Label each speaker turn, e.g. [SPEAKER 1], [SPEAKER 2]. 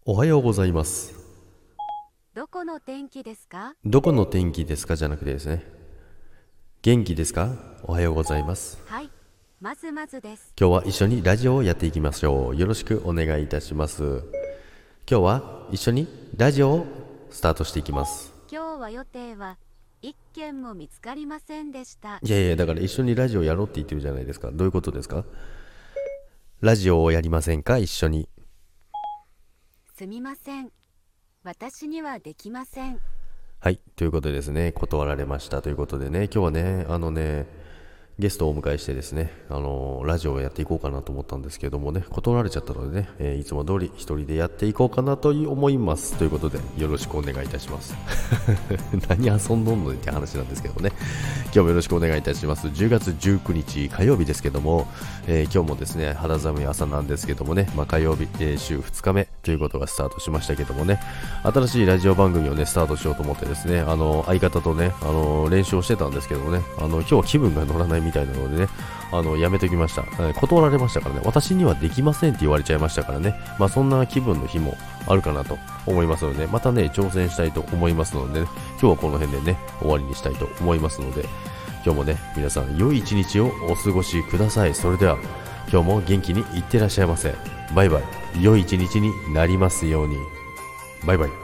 [SPEAKER 1] おはようございます。
[SPEAKER 2] どこの天気ですか？
[SPEAKER 1] どこの天気ですかじゃなくてですね。元気ですか？おはようございます。
[SPEAKER 2] はい、まずまずです。
[SPEAKER 1] 今日は一緒にラジオをやっていきましょう。よろしくお願いいたします。今日は一緒にラジオをスタートしていきます。
[SPEAKER 2] 今日は予定は一件も見つかりませんでした。
[SPEAKER 1] いやいや、だから一緒にラジオやろうって言ってるじゃないですか。どういうことですか？ラジオをやりませんか一緒に。
[SPEAKER 2] すみません。私にはできません。
[SPEAKER 1] はい、ということでですね、断られましたということでね、今日はね、ゲストをお迎えしてですね、ラジオをやっていこうかなと思ったんですけどもね、断られちゃったのでね、いつも通り一人でやっていこうかなと思いますということで、よろしくお願いいたします。何遊んどんのって話なんですけどね、今日もよろしくお願いいたします。10月19日火曜日ですけども、今日もですね、肌寒い朝なんですけどもね、火曜日、週2日目ということがスタートしましたけどもね、新しいラジオ番組をね、スタートしようと思ってですね、相方とね、練習をしてたんですけどもね、今日は気分が乗らないみたいなのでね、やめときました。断られましたからね、私にはできませんって言われちゃいましたからね、そんな気分の日もあるかなと思いますので、またね、挑戦したいと思いますのでね、今日はこの辺でね、終わりにしたいと思いますので、今日もね、皆さん良い一日をお過ごしください。それでは、今日も元気にいってらっしゃいませ。バイバイ。良い一日になりますように。バイバイ。